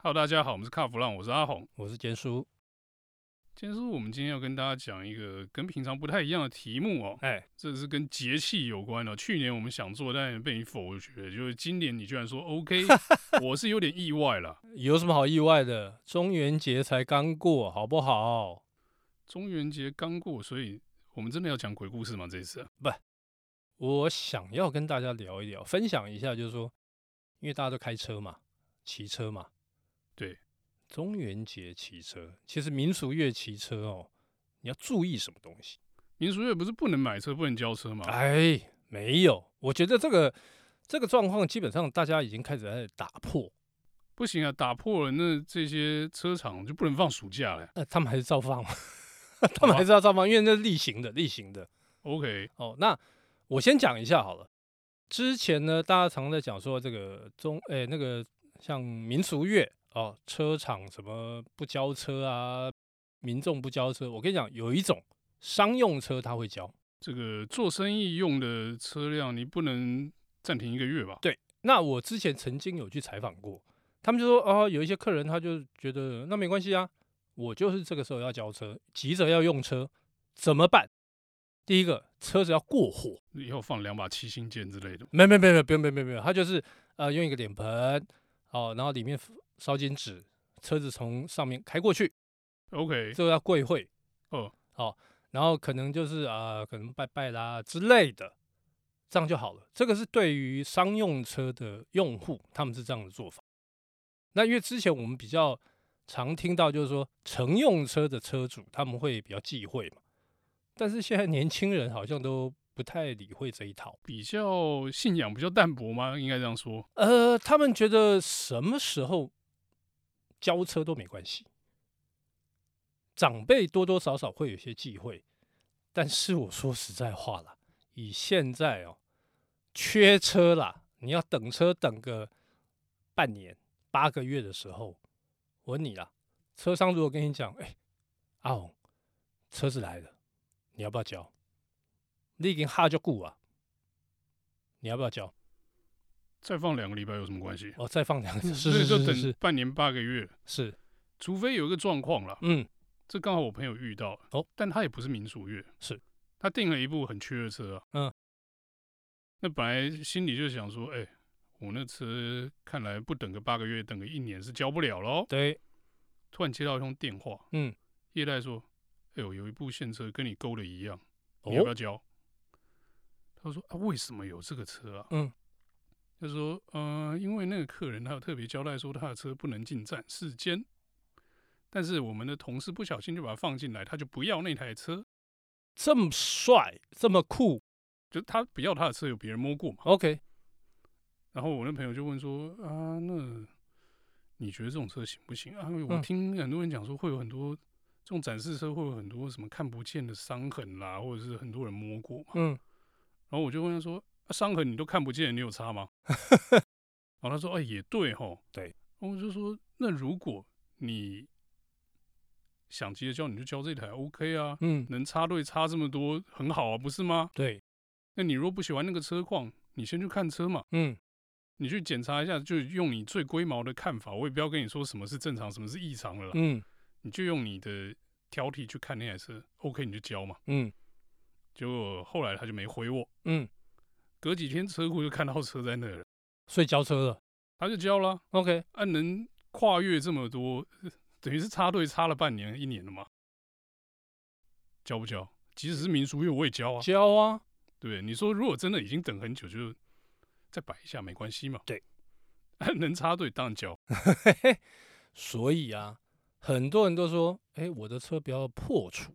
Hello，大家好，我们是卡弗浪，我是阿红， 我是坚叔。 坚叔，我们今天要跟大家讲一个跟平常不太一样的题目哦。这是跟节气有关的。去年我们想做，但被你否决，就是今年你居然说 OK， 我是有点意外啦。 有什么好意外的？中元节才刚过，好不好？ 中元节刚过，所以我们真的要讲鬼故事吗？这一次不，我想要跟大家聊一聊，分享一下，就是说，因为大家都开车嘛，骑车嘛， 对， 中元节骑车，其实民俗月骑车哦，你要注意什么东西？ 民俗月不是不能买车、不能交车吗？ 哎，没有，我觉得这个状况基本上大家已经开始在打破。 不行啊，打破了那这些车厂就不能放暑假了。 他们还是照放，他们还是要照放，因为那是例行的。 OK， 哦，那我先讲一下好了。之前呢，大家常在讲说这个那个像民俗月哦，车厂什么不交车啊，民众不交车。我跟你讲，有一种商用车他会交。 这个做生意用的车辆，你不能暂停1个月吧？ 对，那我之前曾经有去采访过，他们就说哦，有一些客人他就觉得那没关系啊，我就是这个时候要交车，急着要用车，怎么办？第一个，车子要过火， 以后放2把7星剑之类的。 没有，不用，他就是用一个脸盆，哦，然后里面烧金纸，车子从上面开过去 OK， 这个要跪会， 哦， 然后可能就是可能拜拜啦之类的，这样就好了。这个是对于商用车的用户，他们是这样的做法。那因为之前我们比较常听到，就是说乘用车的车主他们会比较忌讳嘛，但是现在年轻人好像都不太理会这一套， 比较信仰比较淡薄吗？应该这样说。 他们觉得什么时候交车都没关系，长辈多多少少会有些忌讳，但是我说实在话啦，以现在缺车啦，你要等车等个半年、8个月的时候，我问你啦，车商如果跟你讲，阿红，车子来了，你要不要交？你已经哈就顾啊，你要不要交？ 再放2个礼拜有什么关系？ 哦，再放2个， 所以就等是半年8个月， 是， 除非有一个状况啦。 嗯， 这刚好我朋友遇到哦， 但他也不是民俗月， 是他订了一部很缺的车啊。那本来心里就想说，我那车看来不等个8个月，等个1年是交不了咯。 对， 突然接到一通电话，业代说，有一部现车跟你勾的一样，你要不要交？他说为什么有这个车啊？他说，因为那个客人他有特别交代说他的车不能进展示间，但是我们的同事不小心就把它放进来，他就不要那台车。 这么帅，这么酷， 就他不要他的车，有别人摸过嘛 ？OK， 然后我那朋友就问说，那你觉得这种车行不行啊？我听很多人讲说会有很多这种展示车会有很多什么看不见的伤痕啦，或者是很多人摸过嘛。然后我就问他说，伤痕你都看不见，你有差吗？然后他说，也对吼。 对。 然后我就说，那如果你想急着交，你就交这台 OK 啊。能插队插这么多，很好啊，不是吗？ 对。 那你如果不喜欢那个车况，你先去看车嘛。你去检查一下，就用你最龟毛的看法，我也不要跟你说什么是正常，什么是异常了啦。你就用你的挑剔去看那台车 ，OK 你就交嘛。结果后来他就没回我。隔几天车库就看到车在那了， 所以交车了， 他就交了。 OK， 能跨越这么多，等于是插队插了半年、1年了嘛？交不交？即使是民俗月我也交啊。 交啊。 对，你说如果真的已经等很久，就再摆一下没关系嘛。 对， 能插队当然交。 所以很多人都说，我的车不要破处，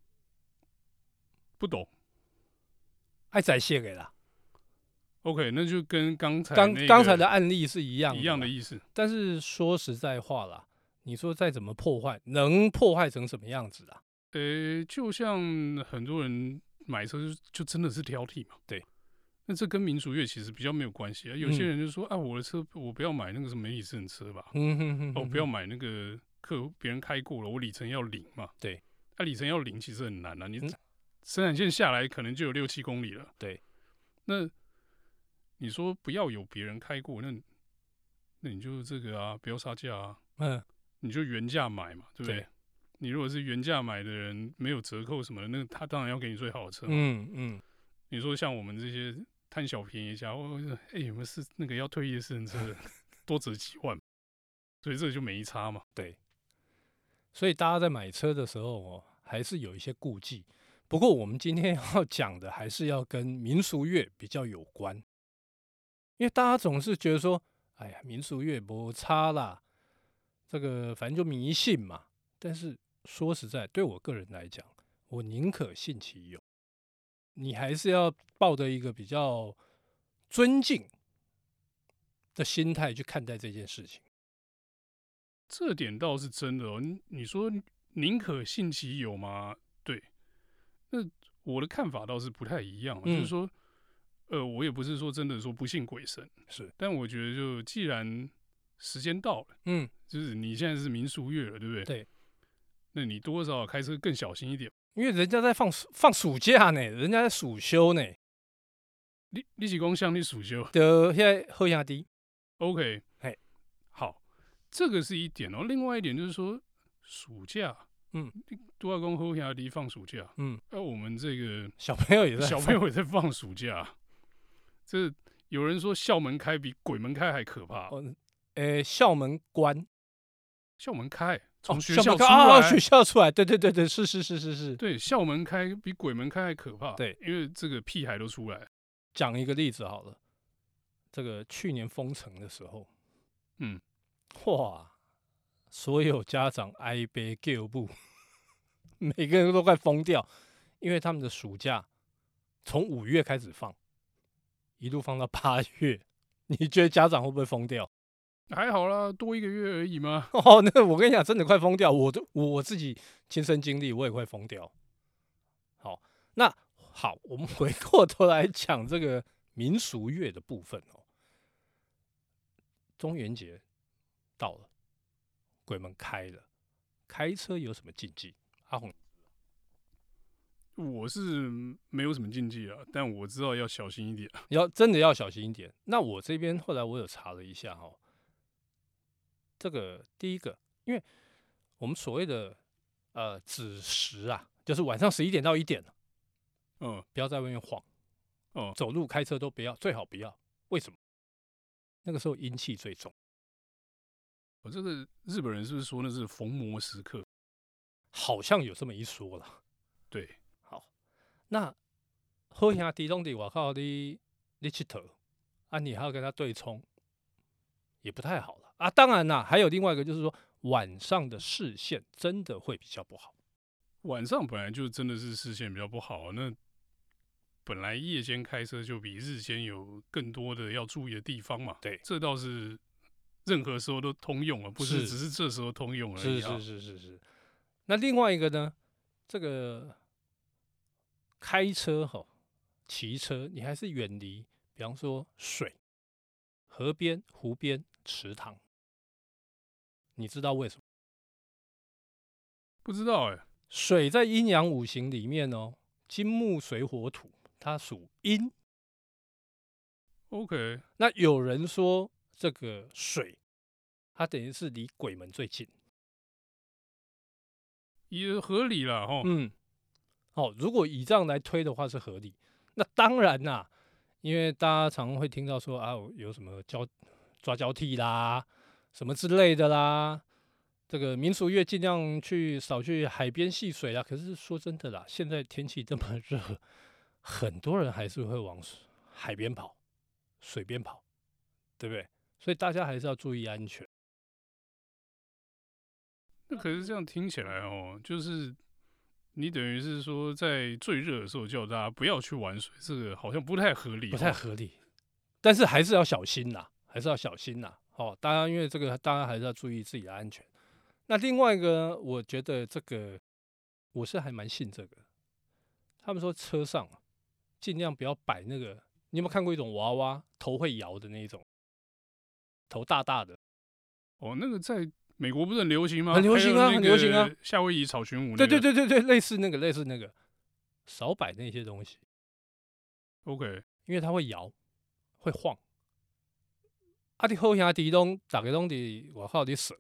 不懂， 爱再卸给啦。 OK， 那就跟刚才的案例是一样的意思。 但是说实在话啦，你说再怎么破坏，能破坏成什么样子啦？ 就像很多人买车就真的是挑剔嘛。 对， 那这跟民俗月其实比较没有关系啊。有些人就说，我的车我不要买那个什么里程车吧，我不要买那个别人开过了，我里程要0嘛。 对， 里程要0其实很难啊，你生产线下来可能就有6-7公里了。 对， 那你说不要有别人开过，那那你就这个啊，不要杀价啊， 嗯， 你就原价买嘛，对不对？ 对， 你如果是原价买的人，没有折扣什么的，那他当然要给你最好的车嘛。你说像我们这些贪小便宜家，有没有是那个要退役的私人车多折几万？所以这就没差嘛。 对，所以大家在买车的时候还是有一些顾忌。不过我们今天要讲的还是要跟民俗乐比较有关，因为大家总是觉得说，哎呀，民俗乐没差啦，这个反正就迷信嘛。但是说实在，对我个人来讲，我宁可信其有。你还是要抱着一个比较尊敬的心态去看待这件事情。 这点倒是真的哦。你说宁可信其有吗？对，那我的看法倒是不太一样，就是说，我也不是说真的说不信鬼神， 是， 但我觉得就既然时间到了，就是你现在是民俗月了，对不对？ 对， 那你多少开车更小心一点， 因为人家在放暑假呢，人家在暑休呢。 你是讲像你暑休的现在喝压低 ，OK， 嘿， 好，这个是一点哦。另外一点就是说，暑假，都要讲喝压低放暑假，我们这个小朋友也在放暑假，这有人说校门开比鬼门开还可怕。 校门关， 校门开，从学校出来， 学校出来，对，是， 对，校门开比鬼门开还可怕。 对， 因为这个屁孩都出来。 讲一个例子好了，这个去年封城的时候，哇，所有家长哀悲叫不，每个人都快疯掉，因为他们的暑假从5月开始放，一路放到8月，你觉得家长会不会疯掉？ 还好啦，多1个月而已嘛。 那我跟你讲，真的快疯掉，我自己亲身经历，我也快疯掉。好，我们回过头来讲这个民俗乐的部分哦。中元节到了，鬼门开了，开车有什么禁忌？阿宏， 我是没有什么禁忌啊，但我知道要小心一点， 真的要小心一点。那我这边后来我有查了一下哈，这个第一个，因为我们所谓的子时啊，就是晚上11点到1点了。不要在外面晃，走路开车都不要，最好不要。为什么？那个时候阴气最重。 这个日本人是不是说那是逢魔时刻？ 好像有这么一说了。 对， 好，那好兄弟兄弟，我靠你去头啊，你还要跟他对冲，也不太好了啊。当然啦，还有另外一个就是说，晚上的视线真的会比较不好。 晚上本来就真的是视线比较不好，那本来夜间开车就比日间有更多的要注意的地方嘛。 对， 这倒是任何时候都通用了，不是只是这时候通用而已。 是。那另外一个呢，这个开车骑车你还是远离，比方说水、河边、湖边、池塘。你知道为什么？ 不知道水在阴阳5行里面金木水火土，它属阴。 OK， 那有人说这个水，它等于是离鬼门最近， 也合理啦如果以这样来推的话是合理。那当然啦，因为大家常会听到说有什么抓交替啦，什么之类的啦。这个民俗乐尽量少去海边戏水啦。可是说真的啦，现在天气这么热，很多人还是会往海边跑、水边跑，对不对？所以大家还是要注意安全。 那可是这样听起来就是你等于是说在最热的时候叫大家不要去玩水，这个好像不太合理。 不太合理，但是还是要小心啦，大家因为这个，大家还是要注意自己的安全。那另外一个，我觉得这个我是还蛮信这个。他们说车上尽量不要摆那个，你有没有看过一种娃娃头会摇的那一种，头大大的？ 那个在美国不是很流行吗？ 很流行啊，很流行啊。 夏威夷草裙舞、 对，类似那个，少摆那些东西。 OK， 因为它会摇，会晃。 你好兄弟大家拢伫外口伫踅，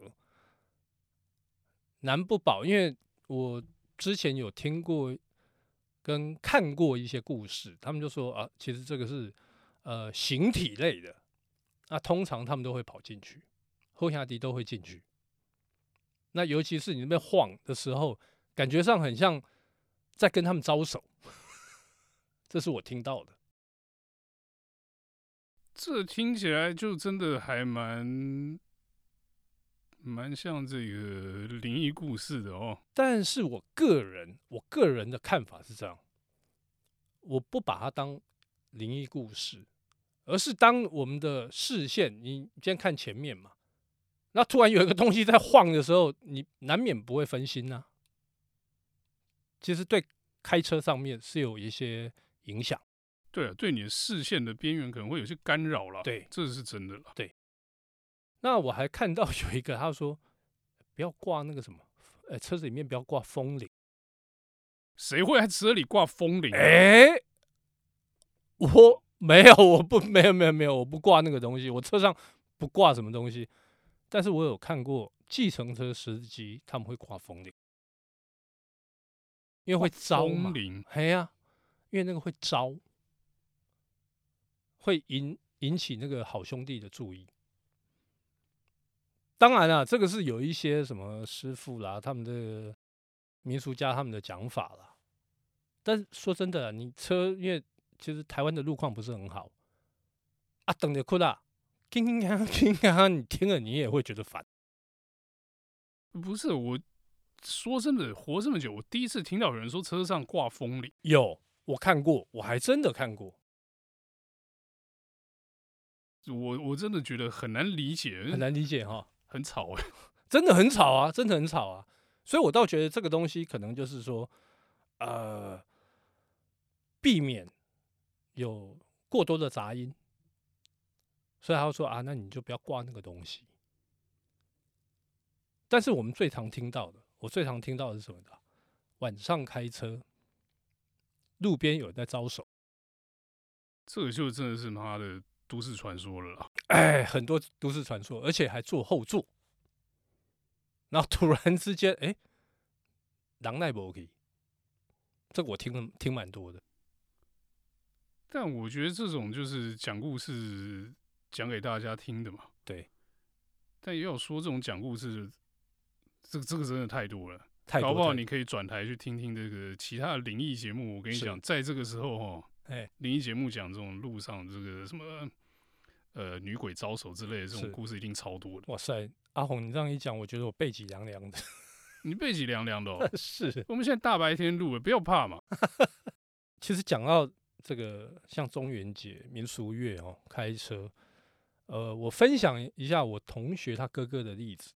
难不保。因为我之前有听过跟看过一些故事，他们就说啊，其实这个是形体类的，那通常他们都会跑进去，好兄弟都会进去。那尤其是你那边晃的时候，感觉上很像在跟他们招手，这是我听到的。 这听起来就真的还蛮像这个灵异故事的哦。 但是我个人的看法是这样，我不把它当灵异故事，而是当我们的视线，你先看前面嘛，那突然有一个东西在晃的时候，你难免不会分心啊。其实对开车上面是有一些影响。 对啊，对你的视线的边缘可能会有些干扰啦。 对， 这是真的啦。 对。那我还看到有一个他说，不要挂那个什么，车子里面不要挂风铃。 谁会在车里挂风铃？ 我没有，没有，我不挂那个东西，我车上不挂什么东西。但是我有看过计程车司机他们会挂风铃，因为会招嘛。 风铃， 嘿呀，因为那个会招，会引起那个好兄弟的注意。当然啦，这个是有一些什么师傅啦，他们的民俗家他们的讲法啦。但是说真的，你车因为其实台湾的路况不是很好啊，等着哭啦，叮叮当当，你听了你也会觉得烦。 不是我说真的，活这么久，我第一次听到有人说车上挂风铃。 有，我看过，我还真的看过。 我真的觉得很难理解， 很难理解哈， 很吵哎， 真的很吵啊，真的很吵啊。所以我倒觉得这个东西可能就是说，避免有过多的杂音。所以他说啊，那你就不要挂那个东西。但是我们最常听到的，我最常听到的是什么的？晚上开车，路边有人在招手， 这个就真的是妈的都市传说了啦。 哎，很多都市传说，而且还坐后座，然后突然之间，人奈不去，这个我听蛮多的。 但我觉得这种就是讲故事讲给大家听的嘛。 对。 但也有说这种讲故事，这个真的太多了。 搞不好你可以转台去听听这个其他的灵异节目。我跟你讲，在这个时候灵异节目讲这种路上这个什么女鬼招手之类的这种故事一定超多的。 哇塞，阿红，你这样一讲，我觉得我背脊凉凉的。 你背脊凉凉的哦。 是， 我们现在大白天录了，不要怕嘛。 其实讲到这个像中元节、民俗月开车，我分享一下我同学他哥哥的例子。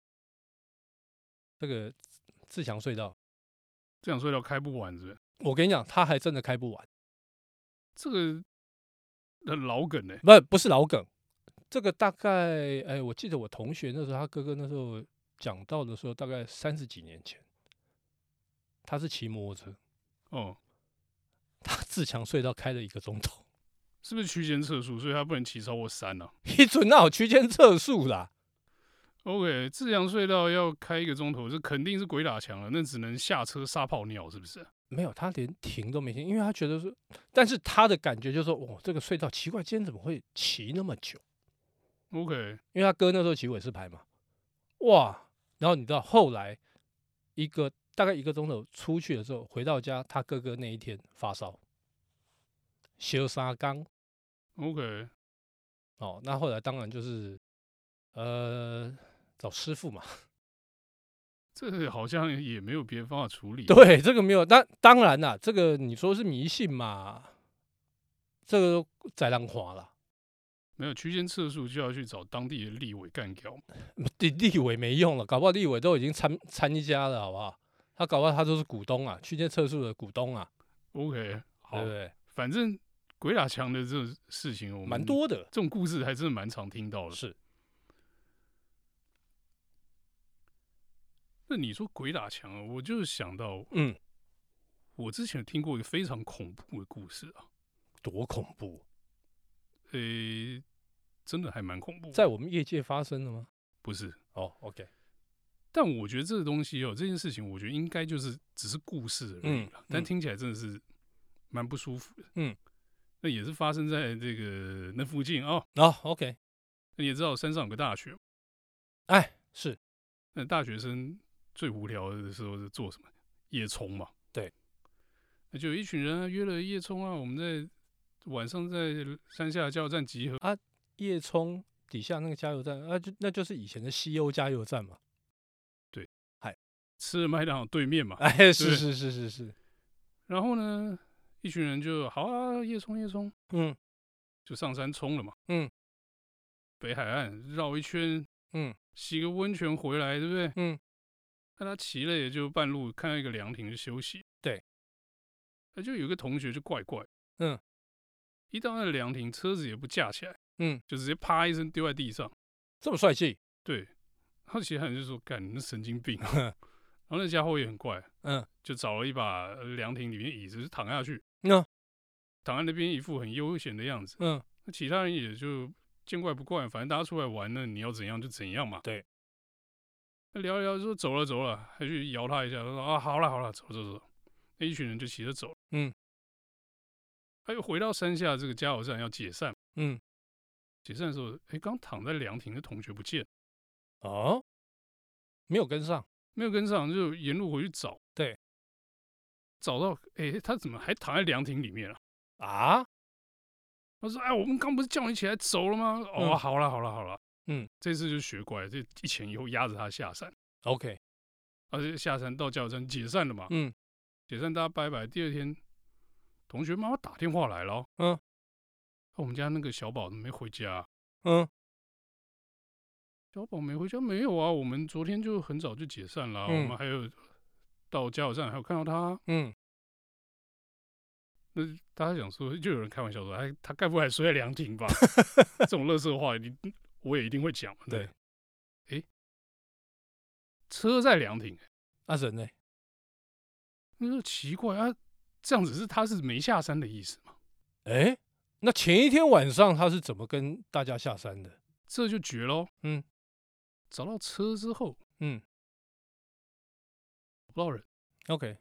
这个自强隧道开不完是不是？ 我跟你讲，他还真的开不完。 这个老梗呢？ 不是老梗，这个大概我记得我同学那时候，他哥哥那时候讲到的时候，大概30几年前，他是骑摩托车哦， 他自强隧道开了1个钟头， 是不是区间测速？所以他不能骑超过3啊？ 一准哪有区间测速啦？ OK， 自强隧道要开1个钟头，这肯定是鬼打墙了。那只能下车撒泡尿，是不是？ 没有，他连停都没停，因为他觉得说，但是他的感觉就是说，哦，这个隧道奇怪，今天怎么会骑那么久 ？OK， 因为他哥那时候骑伟士牌嘛，哇！然后你知道后来大概1个钟头出去的时候，回到家，他哥哥那一天发烧，烧3天。 OK， 哦，那后来当然就是找师傅嘛。 这个好像也没有别的方法处理。 对，这个没有，但当然啦，这个你说是迷信嘛，这个宰人看啦。 没有区间测速就要去找当地的立委干掉。 立委没用了，搞不好立委都已经参加了，好不好？他搞不好他都是股东啊，区间测速的股东啊。 OK， 好， 对不对？ 反正鬼打墙的这种事情，我们蛮多的， 这种故事还真的蛮常听到的。 是。 那你说鬼打墙啊，我就想到，我之前有听过一个非常恐怖的故事啊。 多恐怖？ 真的还蛮恐怖的。 在我们业界发生的吗？ 不是哦 ，OK。 但我觉得这个东西这件事情，我觉得应该就是只是故事而已啦，但听起来真的是蛮不舒服的。那也是发生在这个那附近哦。 OK。 那你也知道山上有个大学， 是。 那大学生最无聊的时候是做什么？夜冲嘛。 对。 那就有一群人约了夜冲啊，我们在晚上在山下加油站集合啊。夜冲底下那个加油站那就是以前的西欧加油站嘛。 对。吃了麦当劳对面嘛。 是。 然后呢，一群人就好啊，夜冲，就上山冲了嘛。北海岸绕一圈，洗个温泉回来，对不对？那他骑了也就半路看到一个凉亭就休息。 对。 那就有个同学就怪怪，一到那个凉亭，车子也不架起来，就直接啪一声丢在地上。 这么帅气？ 对。然后其他人就说：“干，你那神经病啊！”然后那家伙也很怪，就找了一把凉亭里面椅子就躺下去，躺在那边一副很悠闲的样子。那其他人也就见怪不怪，反正大家出来玩呢，你要怎样就怎样嘛。 对。 那聊一聊说走了，还去摇他一下，他说：“啊，好了，走。”那一群人就骑着走。他又回到山下这个加油站要解散。解散的时候，刚躺在凉亭的同学不见。 没有跟上， 就沿路回去找。 对。 找到，他怎么还躺在凉亭里面啊？ 他说：“我们刚不是叫你起来走了吗？”好了。这次就学乖，这一前一后压着他下山。 OK。 而且下山到加油站解散了嘛。解散大家拜拜。第二天，同学妈妈打电话来了。我们家那个小宝怎么没回家？小宝没回家？没有啊，我们昨天就很早就解散了。我们还有到加油站还有看到他。那大家想说，就有人开玩笑说：“他该不会还睡在凉亭吧？”这种垃圾话，我也一定会讲。对。车在凉亭， 人呢？ 那就奇怪啊，这样子他是没下山的意思吗？ 那前一天晚上他是怎么跟大家下山的？ 这就绝喽。找到车之后，找不到人。 OK。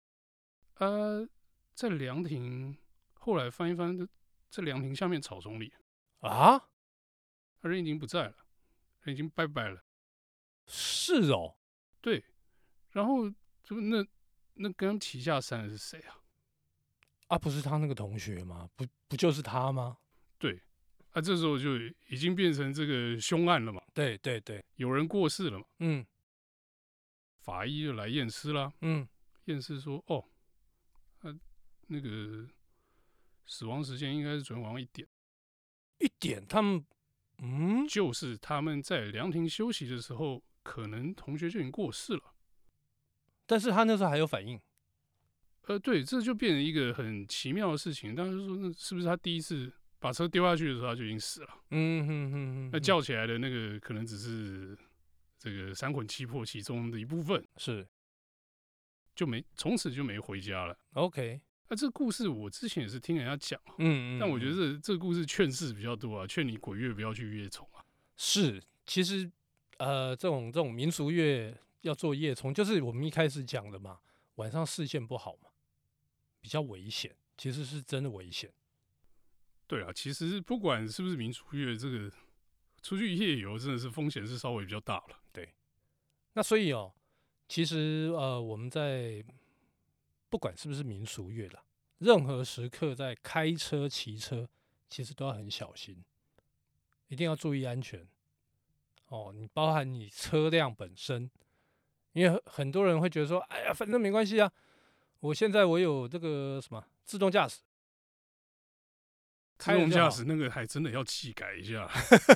在凉亭后来翻一翻，在凉亭下面草丛里人已经不在了，人已经拜拜了。 是哦。 对。然后就那刚骑下山的是谁啊？ 不是他那个同学吗？不就是他吗？ 对。这时候就已经变成这个凶案了嘛。 对， 有人过世了嘛。法医就来验尸啦。验尸说：“那个死亡时间应该是昨天晚上1点。 1点，他们就是他们在凉亭休息的时候，可能同学就已经过世了。 但是他那时候还有反应。 对，这就变成一个很奇妙的事情。当时说，那是不是他第一次把车丢下去的时候他就已经死了？那叫起来的那个可能只是这个三魂七魄其中的一部分。 是。 从此就没回家了。 OK。 这个故事我之前也是听人家讲。但我觉得这个故事劝世比较多劝你鬼月不要去夜冲是，其实这种民俗月要做夜冲，就是我们一开始讲的嘛，晚上视线不好嘛，比较危险，其实是真的危险。 对啊，其实不管是不是民俗月，这个出去夜游真的是风险是稍微比较大了。 对。那所以其实我们在不管是不是民俗月啦，任何时刻在开车骑车其实都要很小心，一定要注意安全。你包含你车辆本身，因为很多人会觉得说，哎呀，反正没关系啊，我现在我有这个什么自动驾驶。 自动驾驶那个还真的要技改一下。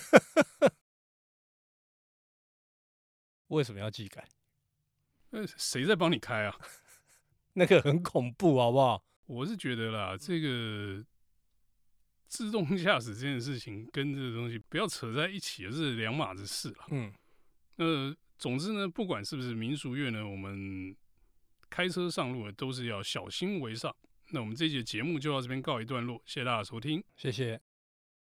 为什么要技改？ 谁在帮你开啊？ 那个很恐怖，好不好？ 我是觉得啦，这个自动驾驶这件事情跟这个东西不要扯在一起，是两码子事了。总之呢，不管是不是民俗月呢，我们开车上路都是要小心为上。那我们这一节节目就到这边告一段落，谢谢大家收听， 谢谢。